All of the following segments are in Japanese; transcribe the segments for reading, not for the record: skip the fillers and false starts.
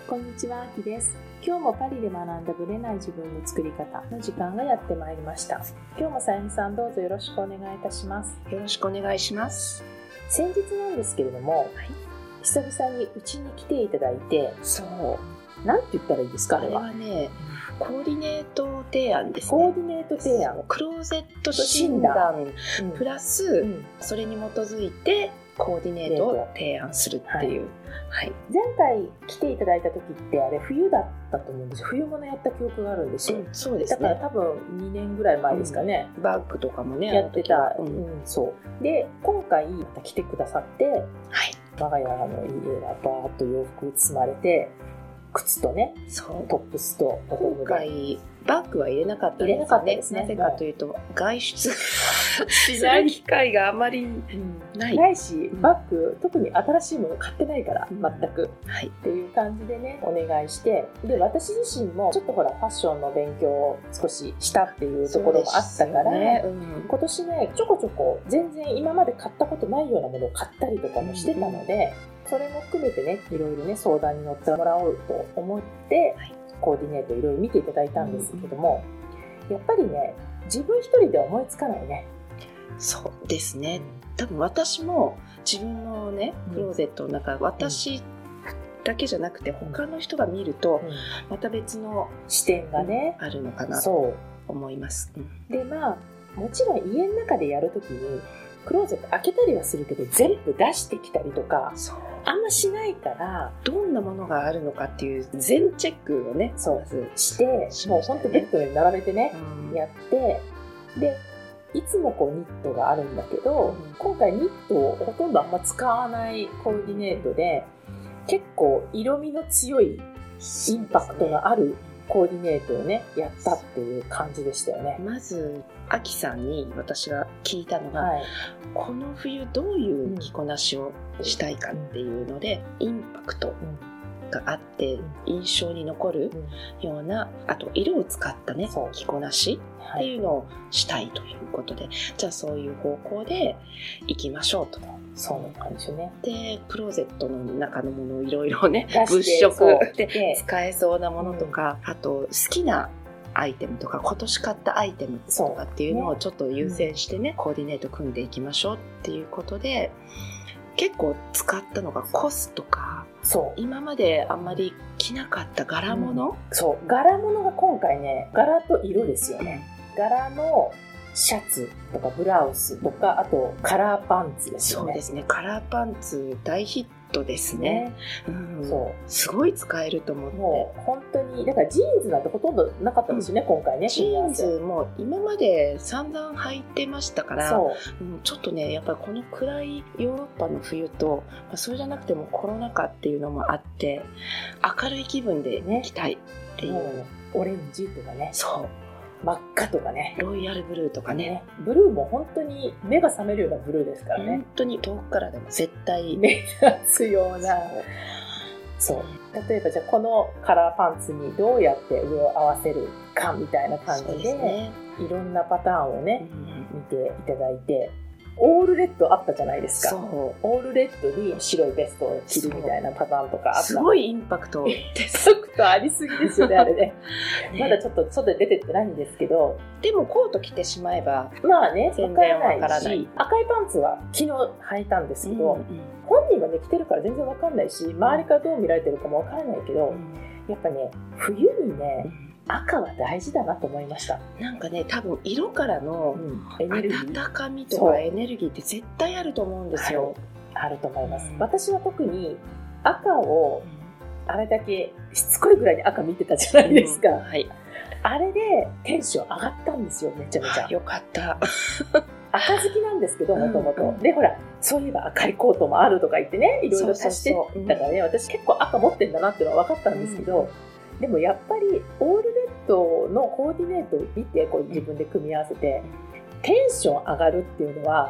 こんにちは、あきです。今日もパリで学んだブレない自分の作り方の時間がやってまいりました。今日もさゆみさん、どうぞよろしくお願いいたします。 よろしくお願いします。 先日なんですけれども、久々にうちに来ていただいて、なんて言ったらいいですか？ あれはね、コーディネート提案ですね。 コーディネート提案。 クローゼット診断プラス、それに基づいてコーディネートを提案するっていう。 前回来ていただいた時ってあれ冬だったと思うんですよ。冬物やった記憶があるんですよ。 そうですね。 だから多分2年ぐらい前ですかね。 バッグとかもねやってた。そうで今回また来てくださって、我が家の家がバーッと洋服積まれて、靴とね、トップスとボトムで。 今回バッグは入れなかったですね。なぜかというと外出しない機会があまりないし、バッグ特に新しいもの買ってないから、全く、っていう感じでねお願いして、で私自身もちょっとほらファッションの勉強を少ししたっていうところもあったから、今年ねちょこちょこ全然今まで買ったことないようなものを買ったりとかもしてたので、それも含めてねいろいろね相談に乗ってもらおうと思って、コーディネートいろいろ見ていただいたんですけども、やっぱりね自分一人では思いつかないね。 そうですね。多分私も自分のねクローゼットの中、私だけじゃなくて他の人が見るとまた別の視点がね、 あるのかなと思います。 でもちろん家の中でやるときにクローゼット開けたりはするけど全部出してきたりとかあんましないから、 どんなものがあるのかっていう全チェックをねまずしてもう本当ベッドに並べてね、やってでいつもこうニットがあるんだけど、今回ニットをほとんどあんま使わないコーディネートで、結構色味の強いインパクトがあるコーディネートをねやったっていう感じでしたよね。 まずアキさんに私が聞いたのが、この冬どういう着こなしをしたいかっていうので、インパクトがあって印象に残るような、あと色を使ったね着こなしっていうのをしたいということで、じゃあそういう方向でいきましょうと。 そうなんですよね。 でクローゼットの中のものをいろいろね物色で使えそうなものとか、あと好きなアイテムとか今年買ったアイテムとかっていうのをちょっと優先してね、コーディネート組んでいきましょうっていうことで、結構使ったのがコスとか、今まであんまり着なかった柄物、 柄物が今回ね、柄と色ですよね。柄のシャツとかブラウスとか、あとカラーパンツですよね。 そうですね、カラーパンツ大ヒットですね。すごい使えると思って、 もう本当にだからジーンズなんてほとんどなかったんですよね、今回ね。 ジーンズも今まで散々履いてましたから、ちょっとねやっぱりこの暗いヨーロッパの冬と、それじゃなくてもコロナ禍っていうのもあって明るい気分で着たいっていう、 オレンジとかね、真っ赤とかね、 ロイヤルブルーとかね、 ブルーも本当に目が覚めるようなブルーですからね。 本当に遠くからでも絶対目がつような。例えばじゃあこのカラーパンツにどうやって上を合わせるかみたいな感じで、いろんなパターンをね、見ていただいて、オールレッドあったじゃないですか。オールレッドに白いベストを着るみたいなパターンとかあった。 すごいインパクトありすぎですよね、あれね。まだちょっと外で出てってないんですけど、 でもコート着てしまえば全然わからないし、赤いパンツは昨日履いたんですけど、本人がね着てるから全然わかんないし、周りからどう見られてるかもわからないけど、やっぱね冬にね赤は大事だなと思いました。 なんかね、多分色からの温かみとかエネルギーって絶対あると思うんですよ。 あると思います。私は特に赤をあれだけしつこいぐらいに赤見てたじゃないですか。あれでテンション上がったんですよ、めちゃめちゃ。 よかった。 赤好きなんですけど、もともと。で、ほら、そういえば赤いコートもあるとか言ってね、いろいろ足してたからね、私結構赤持ってんだなっていうのは分かったんですけど、でもやっぱりオールレッドのコーディネートを見て、こう自分で組み合わせて、テンション上がるっていうのは、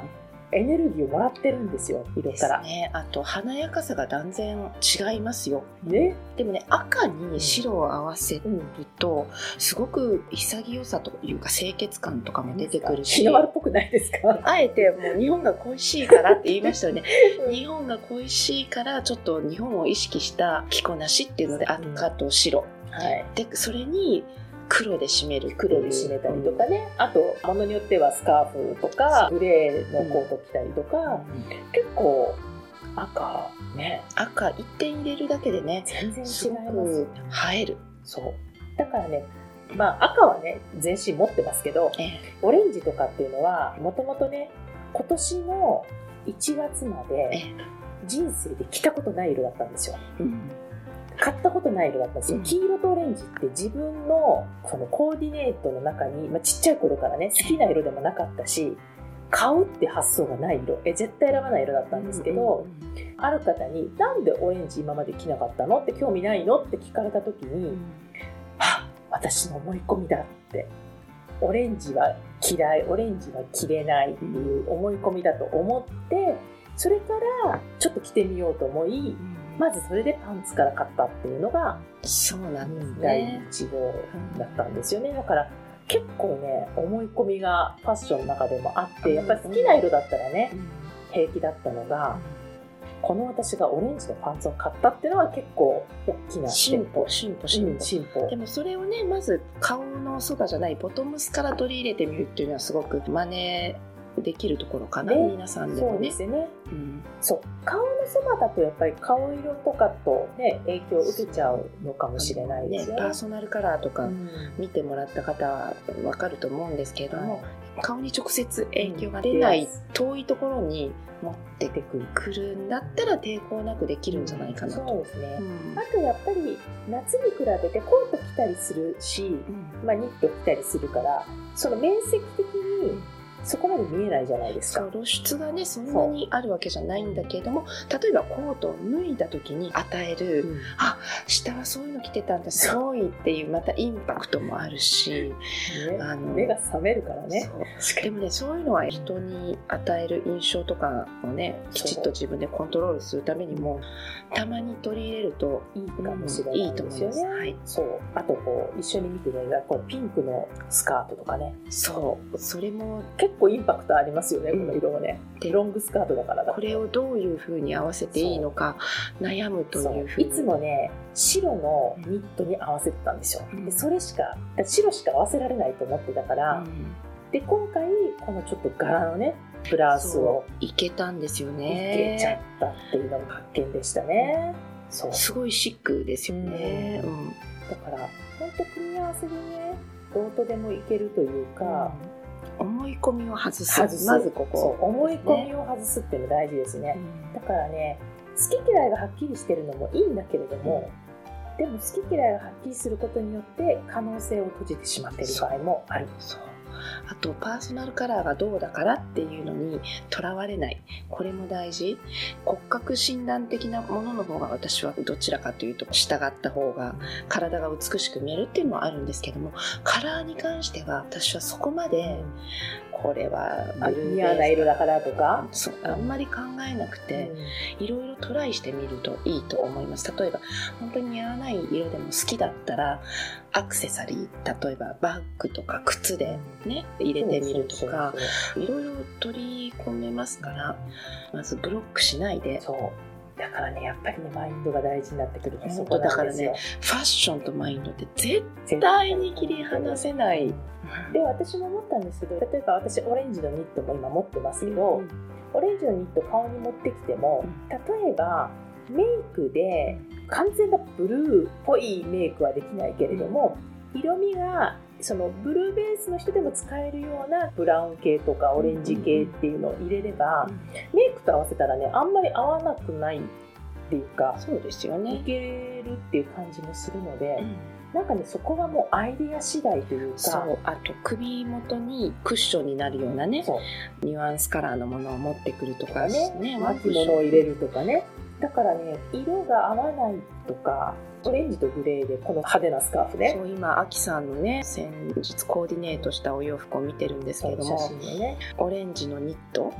エネルギーをもらってるんですよ、色から。 ね、あと華やかさが断然違いますよ。 ね、 でもね、赤に白を合わせると、すごく潔さというか清潔感とかも出てくるし。 日の丸っぽくないですか？ あえてもう日本が恋しいからって言いましたよね。日本が恋しいからちょっと日本を意識した着こなしっていうので赤と白。はい、でそれに黒で締める、 黒で締めたりとかね、あと物によってはスカーフとかグレーのコート着たりとか、結構赤ね、 赤一点入れるだけでね、 全然違います映える。 そうだからね、赤はね全身持ってますけど、オレンジとかっていうのはもともとね、今年の1月まで人生で着たことない色だったんですよ。買ったことない色だったんですよ。黄色とオレンジって自分のそのコーディネートの中に、ちっちゃい頃からね好きな色でもなかったし、買うって発想がない色、絶対選ばない色だったんですけど、ある方になんでオレンジ今まで着なかったのって興味ないのって聞かれた時に、私の思い込みだって、オレンジは嫌い、オレンジは着れないっていう思い込みだと思って、それからちょっと着てみようと思い、まずそれでパンツから買ったっていうのがそうなんですね、 第一号だったんですよね。だから結構ね、思い込みがファッションの中でもあって、やっぱり好きな色だったらね、平気だったのが、この私がオレンジのパンツを買ったっていうのは結構大きな進歩。 でもそれをね、まず顔のそばじゃないボトムスから取り入れてみるっていうのはすごく真似できるところかな、皆さんでもね。 そうですね、そう顔のそばだとやっぱり顔色とかと、ね、影響を受けちゃうのかもしれないですよね。 パーソナルカラーとか見てもらった方は分かると思うんですけれども、顔に直接影響が出ない遠いところに持ってくるんだったら抵抗なくできるんじゃないかなと。 そうですね、あとやっぱり夏に比べてコート着たりするし、ニット着たりするから、その面積的にそこまで見えないじゃないですか。 露出がねそんなにあるわけじゃないんだけれども、例えばコートを脱いだ時に与える、下はそういうの着てたんだすごいっていうまたインパクトもあるし、 目が覚めるからね。 でもね、そういうのは人に与える印象とかをねきちっと自分でコントロールするためにもたまに取り入れるといいかもしれないですよね。そうあとこう一緒に見てるこのピンクのスカートとかね、 それも結構インパクトありますよね、この色もね。でロングスカートだからこれをどういう風に合わせていいのか悩むという風に。 いつもね白のニットに合わせてたんですよ。でそれしか白しか合わせられないと思ってたから、で今回このちょっと柄のねブラウスをいけたんですよね。 いけちゃったっていうのも発見でしたね。 すごいシックですよね。 だから本当組み合わせでねどうとでもいけるというか、 思い込みを外す。まずここ。 思い込みを外すっていうの大事ですね。だからね、好き嫌いがはっきりしてるのもいいんだけれども、でも好き嫌いがはっきりすることによって可能性を閉じてしまっている場合もある。 あとパーソナルカラーがどうだからっていうのにとらわれない、これも大事。骨格診断的なものの方が私はどちらかというと従った方が体が美しく見えるっていうのもあるんですけども、カラーに関しては私はそこまでこれは似合わない色だからとかあんまり考えなくて、いろいろトライしてみるといいと思います。例えば本当に似合わない色でも好きだったらアクセサリー、例えばバッグとか靴でね入れてみるとか、いろいろ取り込めますから。まずブロックしないで。 だからね、やっぱりねマインドが大事になってくる。 だからね、ファッションとマインドって絶対に切り離せない。 で私も思ったんですけど、例えば私オレンジのニットも今持ってますけど、オレンジのニット顔に持ってきても、例えばメイクで完全なブルーっぽいメイクはできないけれども、色味がそのブルーベースの人でも使えるようなブラウン系とかオレンジ系っていうのを入れれば、メイクと合わせたらねあんまり合わなくないっていうか、 そうですよね、 いけるっていう感じもするので、なんかねそこはもうアイデア次第というか、 あと首元にクッションになるようなねニュアンスカラーのものを持ってくるとかね、 巻物を入れるとかね。だからね色が合わないとか、オレンジとグレーでこの派手なスカーフね。 今アキさんのね先日コーディネートしたお洋服を見てるんですけれども、オレンジのニット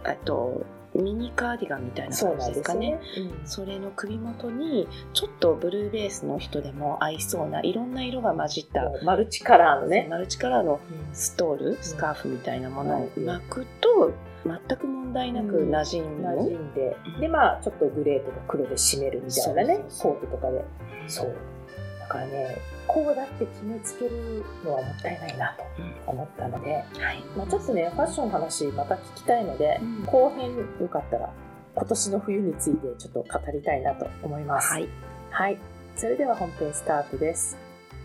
あとミニカーディガンみたいな感じですかね。それの首元にちょっとブルーベースの人でも合いそうないろんな色が混じったマルチカラーのね、 マルチカラーのストール、スカーフみたいなものを巻くと全く問題なく馴染んで、 でまあちょっとグレーとか黒で締めるみたいなね、コートとかで、そうだからね、こうだって決めつけるのはもったいないなと思ったので、ちょっとねファッションの話また聞きたいので、後編よかったら今年の冬についてちょっと語りたいなと思います。はい、それでは本編スタートです。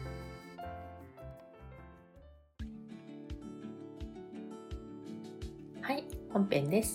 はい、本編です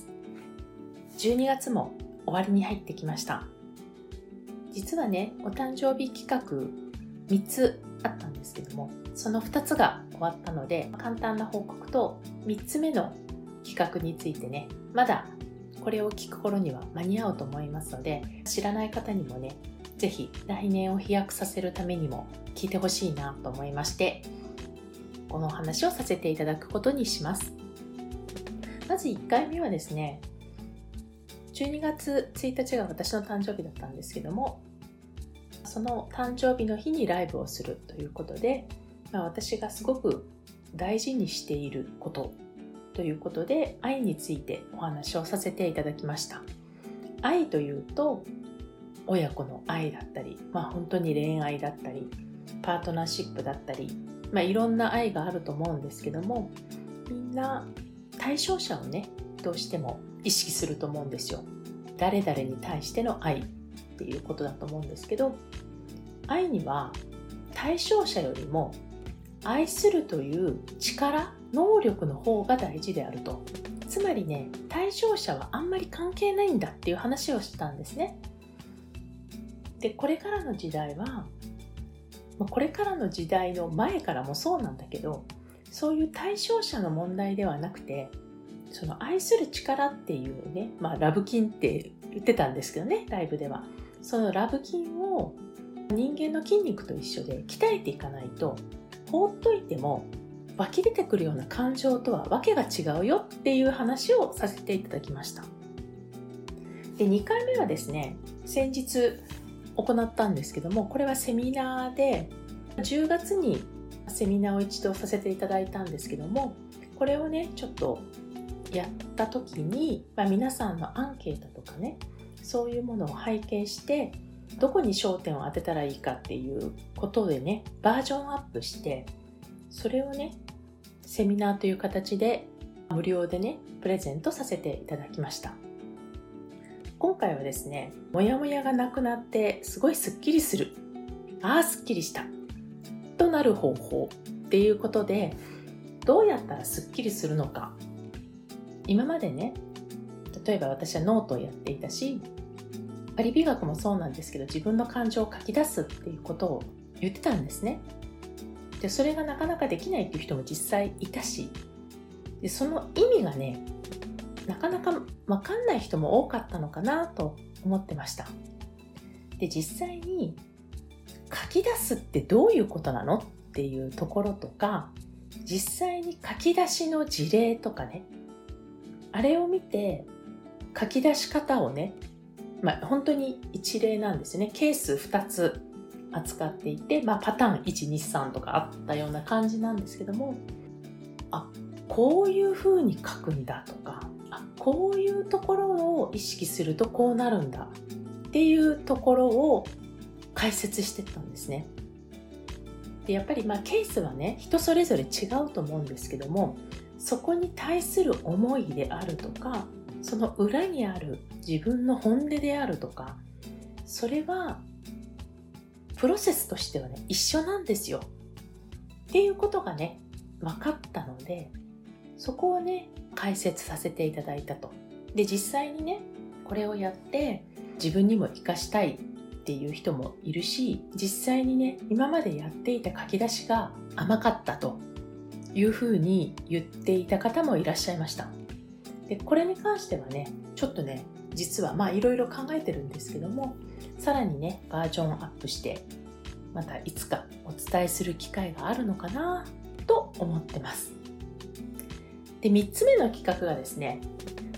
。12月も終わりに入ってきました。実はね、お誕生日企画3つあったんですけども、その2つが終わったので、簡単な報告と3つ目の企画についてね、まだこれを聞く頃には間に合うと思いますので、知らない方にもね、ぜひ来年を飛躍させるためにも聞いてほしいなと思いまして、このお話をさせていただくことにします。まず1回目はですね、12月1日が私の誕生日だったんですけども、その誕生日の日にライブをするということで、私がすごく大事にしていることということで、愛についてお話をさせていただきました。愛というと親子の愛だったり、本当に恋愛だったり、パートナーシップだったり、いろんな愛があると思うんですけども、みんな対象者をね、どうしても意識すると思うんですよ。誰々に対しての愛っていうことだと思うんですけど、愛には対象者よりも愛するという力、能力の方が大事であると。つまりね、対象者はあんまり関係ないんだっていう話をしたんですね。で、これからの時代は、これからの時代の前からもそうなんだけど、そういう対象者の問題ではなくて、その愛する力っていうね、ラブ筋って言ってたんですけどね、ライブでは。そのラブ筋を人間の筋肉と一緒で鍛えていかないと、放っといても湧き出てくるような感情とはわけが違うよっていう話をさせていただきました。で、2回目はですね、先日行ったんですけども、これはセミナーで10月にセミナーを一度させていただいたんですけども、これをねちょっとやった時に、皆さんのアンケートとかね、そういうものを拝見して、どこに焦点を当てたらいいかっていうことでね、バージョンアップして、それをねセミナーという形で無料でねプレゼントさせていただきました。今回はですね、モヤモヤがなくなってすごいスッキリする、スッキリしたとなる方法っていうことで、どうやったらスッキリするのか。今までね、例えば私はノートをやっていたし、パリ美学もそうなんですけど、自分の感情を書き出すっていうことを言ってたんですね。で、それがなかなかできないっていう人も実際いたし、でその意味がね、なかなか分かんない人も多かったのかなと思ってました。で、実際に書き出すってどういうことなのっていうところとか、実際に書き出しの事例とかね、あれを見て書き出し方をね、本当に一例なんですね。ケース2つ扱っていて、パターン1、2、3とかあったような感じなんですけども、こういう風に書くんだとか、こういうところを意識するとこうなるんだっていうところを解説してったんですね。で、やっぱりケースはね、人それぞれ違うと思うんですけども、そこに対する思いであるとか、その裏にある自分の本音であるとか、それはプロセスとしてはね、一緒なんですよっていうことがね、分かったので、そこをね解説させていただいたと。で、実際にねこれをやって自分にも活かしたいっていう人もいるし、実際にね今までやっていた書き出しが甘かったというふうに言っていた方もいらっしゃいました。で、これに関してはねちょっとね実はいろいろ考えてるんですけども、さらにねバージョンアップしてまたいつかお伝えする機会があるのかなと思ってます。で、3つ目の企画がですね、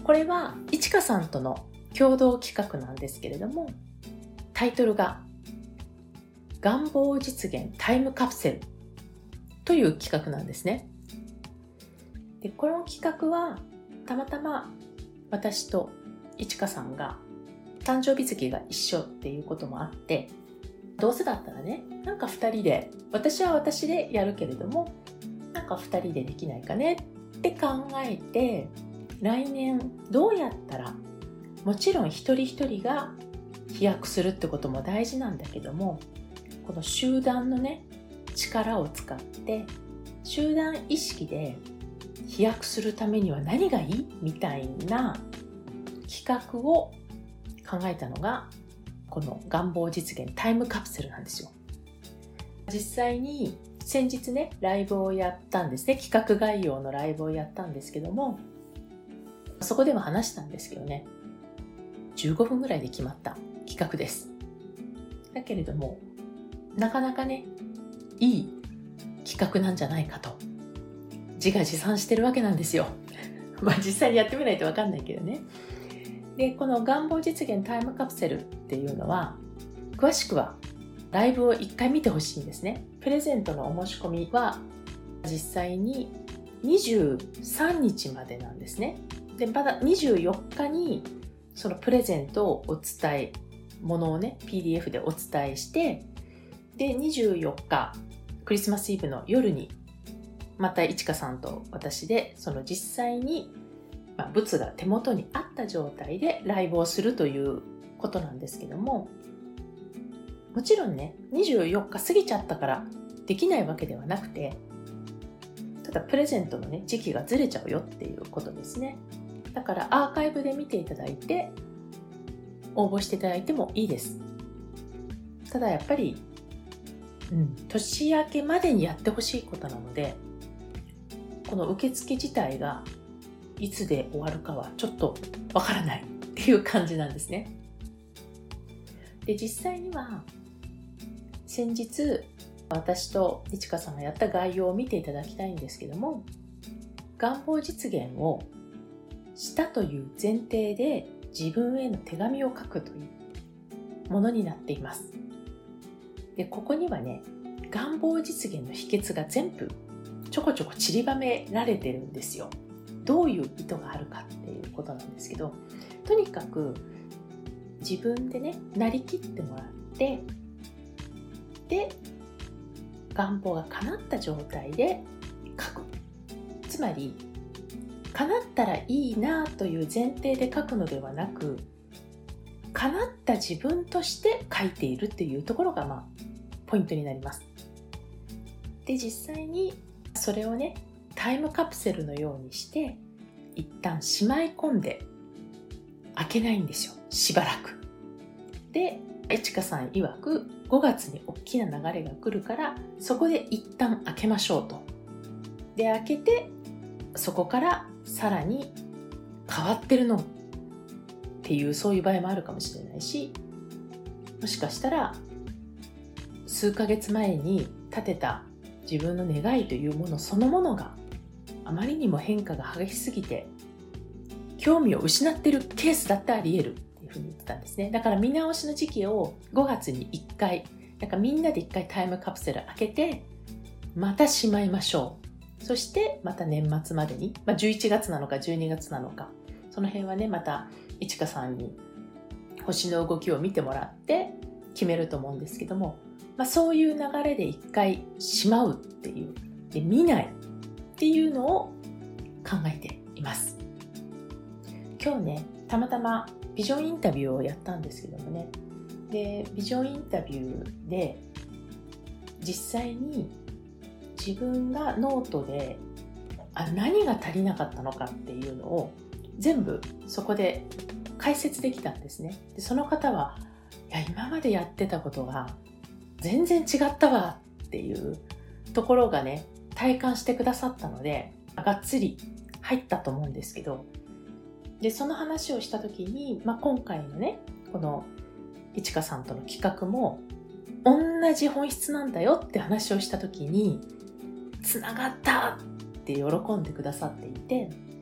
これはいちかさんとの共同企画なんですけれども、タイトルが願望実現タイムカプセルという企画なんですね。で、この企画はたまたま私といちかさんが誕生日月が一緒っていうこともあって、どうせだったらね、なんか2人で、私は私でやるけれども、なんか2人でできないかねって考えて、来年どうやったら、もちろん一人一人が飛躍するってことも大事なんだけども、この集団のね、力を使って集団意識で飛躍するためには何がいいみたいな企画を考えたのがこの願望実現タイムカプセルなんですよ。実際に先日ね、ライブをやったんですね。企画概要のライブをやったんですけども、そこでも話したんですけどね、15分ぐらいで決まった企画です。だけれどもなかなかね、いい企画なんじゃないかと自画自賛してるわけなんですよ。実際にやってみないと分かんないけどね。で、この願望実現タイムカプセルっていうのは、詳しくはライブを1回見てほしいんですね。プレゼントのお申し込みは実際に23日までなんですね。で、まだ24日にそのプレゼントをお伝え、ものをね PDF でお伝えして、で24日クリスマスイブの夜にまたいちかさんと私でその実際に物が手元にあった状態でライブをするということなんですけども、もちろんね24日過ぎちゃったからできないわけではなくて、ただプレゼントのね時期がずれちゃうよっていうことですね。だからアーカイブで見ていただいて応募していただいてもいいです。ただやっぱり、年明けまでにやってほしいことなので、この受付自体がいつで終わるかはちょっとわからないっていう感じなんですね。で、実際には先日私といちかさんがやった概要を見ていただきたいんですけども、願望実現をしたという前提で自分への手紙を書くというものになっています。で、ここにはね、願望実現の秘訣が全部ちょこちょこ散りばめられてるんですよ。どういう意図があるかっていうことなんですけど、とにかく自分でね、なりきってもらって、で、願望が叶った状態で書く。つまり、叶ったらいいなという前提で書くのではなく、叶った自分として書いているっていうところがポイントになります。で、実際にそれをね、タイムカプセルのようにして一旦しまい込んで開けないんですよ、しばらく。で、いちかさん曰く5月に大きな流れが来るからそこで一旦開けましょうと。で、開けてそこからさらに変わってるのっていう、そういう場合もあるかもしれないし、もしかしたら数ヶ月前に立てた自分の願いというものそのものがあまりにも変化が激しすぎて興味を失っているケースだってあり得るっていうふうに言ってたんですね。だから見直しの時期を5月に1回、なんかみんなで1回タイムカプセル開けてまたしまいましょう。そしてまた年末までに、11月なのか12月なのか、その辺はね、またいちかさんに星の動きを見てもらって決めると思うんですけども、そういう流れで一回しまうっていう、で見ないっていうのを考えています。今日ね、たまたまビジョンインタビューをやったんですけどもね、でビジョンインタビューで実際に自分がノートで何が足りなかったのかっていうのを全部そこで解説できたんですね。で、その方は、いや、今までやってたことが全然違ったわっていうところがね、体感してくださったので、がっつり入ったと思うんですけど、で、その話をした時に、今回のね、このいちかさんとの企画も同じ本質なんだよって話をした時に、つながったって喜んでくださっていて、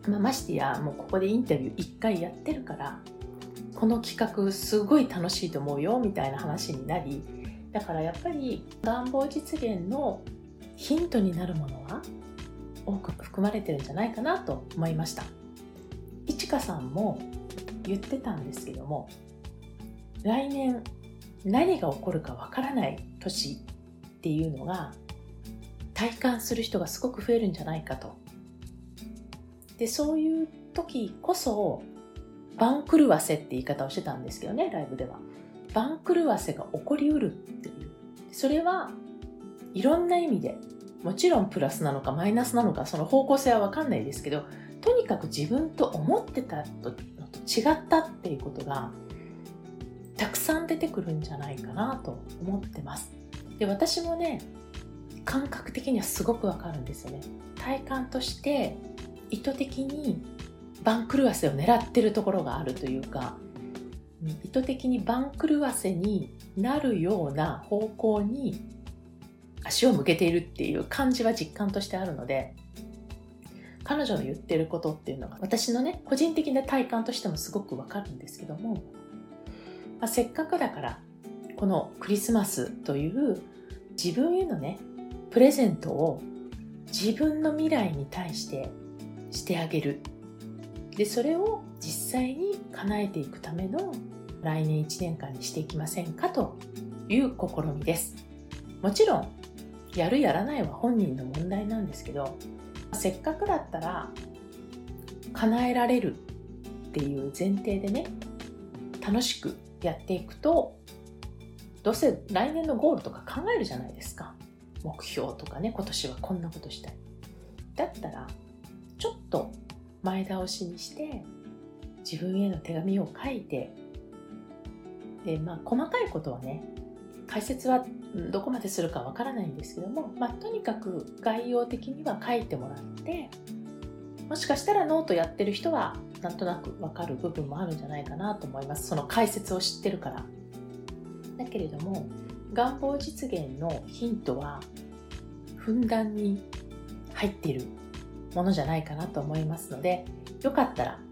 ましてやもうここでインタビュー1回やってるから、この企画すごい楽しいと思うよみたいな話になり、だからやっぱり願望実現のヒントになるものは多く含まれてるんじゃないかなと思いました。いちかさんも言ってたんですけども、来年何が起こるかわからない年っていうのが体感する人がすごく増えるんじゃないかと。で、そういう時こそ番狂わせって言い方をしてたんですけどね、ライブでは。番狂わせが起こりうるっていう。それはいろんな意味で、もちろんプラスなのかマイナスなのか、その方向性は分かんないですけど、とにかく自分と思ってたのと違ったっていうことがたくさん出てくるんじゃないかなと思ってます。で、私もね、感覚的にはすごく分かるんですよね。体感として意図的に番狂わせを狙ってるところがあるというか、意図的に番狂わせになるような方向に足を向けているっていう感じは実感としてあるので、彼女の言ってることっていうのが私のね、個人的な体感としてもすごくわかるんですけども、せっかくだからこのクリスマスという自分へのねプレゼントを自分の未来に対してしてあげる。で、それを実際に叶えていくための来年1年間にしていきませんかという試みです。もちろんやるやらないは本人の問題なんですけど、せっかくだったら叶えられるっていう前提でね、楽しくやっていくと、どうせ来年のゴールとか考えるじゃないですか。目標とかね、今年はこんなことしたい。だったらちょっと前倒しにして自分への手紙を書いて、で、細かいことはね、解説はどこまでするかわからないんですけども、とにかく概要的には書いてもらって、もしかしたらノートやってる人はなんとなくわかる部分もあるんじゃないかなと思います。その解説を知ってるから。だけれども、願望実現のヒントはふんだんに入っているものじゃないかなと思いますので、よかったら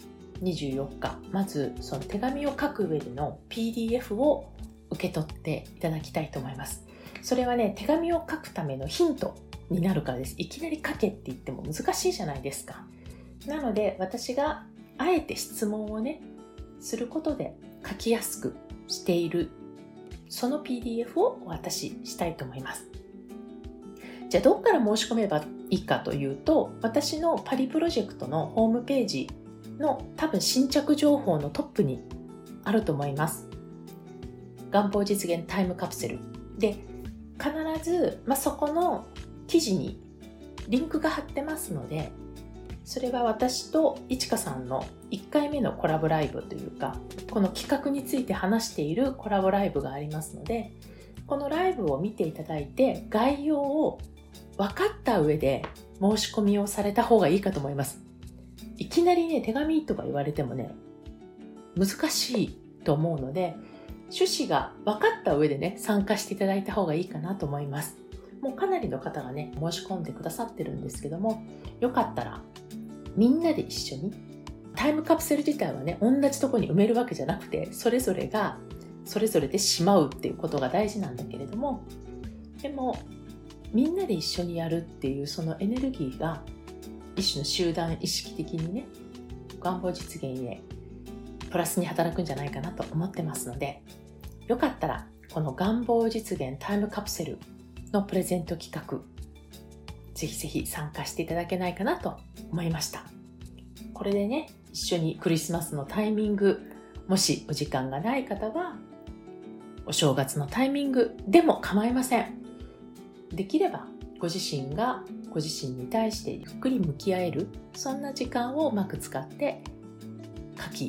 24日、まずその手紙を書く上での PDF を受け取っていただきたいと思います。それはね、手紙を書くためのヒントになるからです。いきなり書けって言っても難しいじゃないですか。なので、私があえて質問をね、することで書きやすくしている、その PDF をお渡ししたいと思います。じゃあどこから申し込めばいいかというと、私のパリプロジェクトのホームページの多分新着情報のトップにあると思います。願望実現タイムカプセルで、必ず、そこの記事にリンクが貼ってますので、それは私といちかさんの1回目のコラボライブというか、この企画について話しているコラボライブがありますので、このライブを見ていただいて概要を分かった上で申し込みをされた方がいいかと思います。いきなりね、手紙とか言われてもね、難しいと思うので、趣旨が分かった上でね、参加していただいた方がいいかなと思います。もうかなりの方がね、申し込んでくださってるんですけども、よかったらみんなで一緒に、タイムカプセル自体はね、同じとこに埋めるわけじゃなくて、それぞれがそれぞれでしまうっていうことが大事なんだけれども、でもみんなで一緒にやるっていうそのエネルギーが一種の集団意識的にね、願望実現へプラスに働くんじゃないかなと思ってますので、よかったらこの願望実現タイムカプセルのプレゼント企画、ぜひぜひ参加していただけないかなと思いました。これでね、一緒にクリスマスのタイミング、もしお時間がない方はお正月のタイミングでも構いません。できればご自身がご自身に対してゆっくり向き合える、そんな時間をうまく使って夏季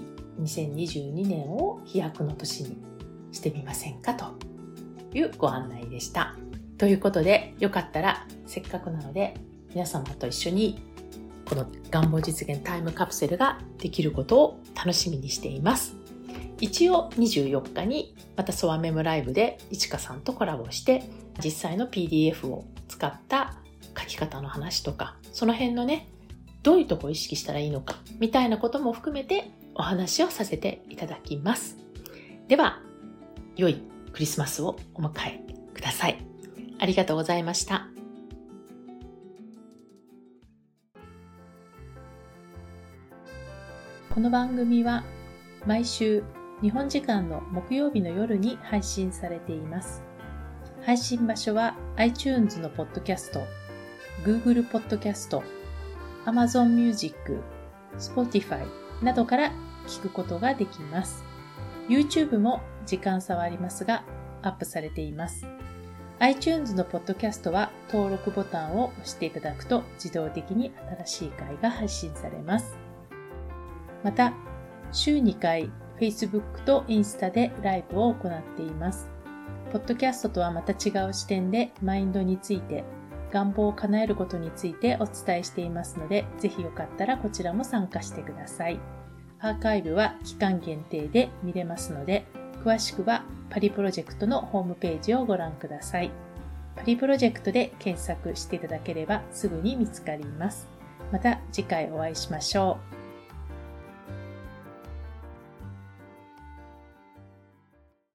2022年を飛躍の年にしてみませんかというご案内でした。ということで、よかったらせっかくなので皆様と一緒にこの願望実現タイムカプセルができることを楽しみにしています。一応24日にまたソワメムライブでいちかさんとコラボして、実際の PDF を使った書き方の話とか、その辺のね、 どういうところを意識したらいいのかみたいなことも含めてお話をさせていただきます。では、良いクリスマスをお迎えください。ありがとうございました。この番組は毎週日本時間の木曜日の夜に配信されています。配信場所は iTunes のポッドキャスト、Google ポッドキャスト、Amazon Music、Spotify などから聞くことができます。YouTube も時間差はありますがアップされています。iTunes のポッドキャストは登録ボタンを押していただくと自動的に新しい回が配信されます。また、週2回 Facebook とインスタでライブを行っています。ポッドキャストとはまた違う視点でマインドについて、願望を叶えることについてお伝えしていますので、ぜひよかったらこちらも参加してください。アーカイブは期間限定で見れますので、詳しくはパリプロジェクトのホームページをご覧ください。パリプロジェクトで検索していただければすぐに見つかります。また次回お会いしましょう。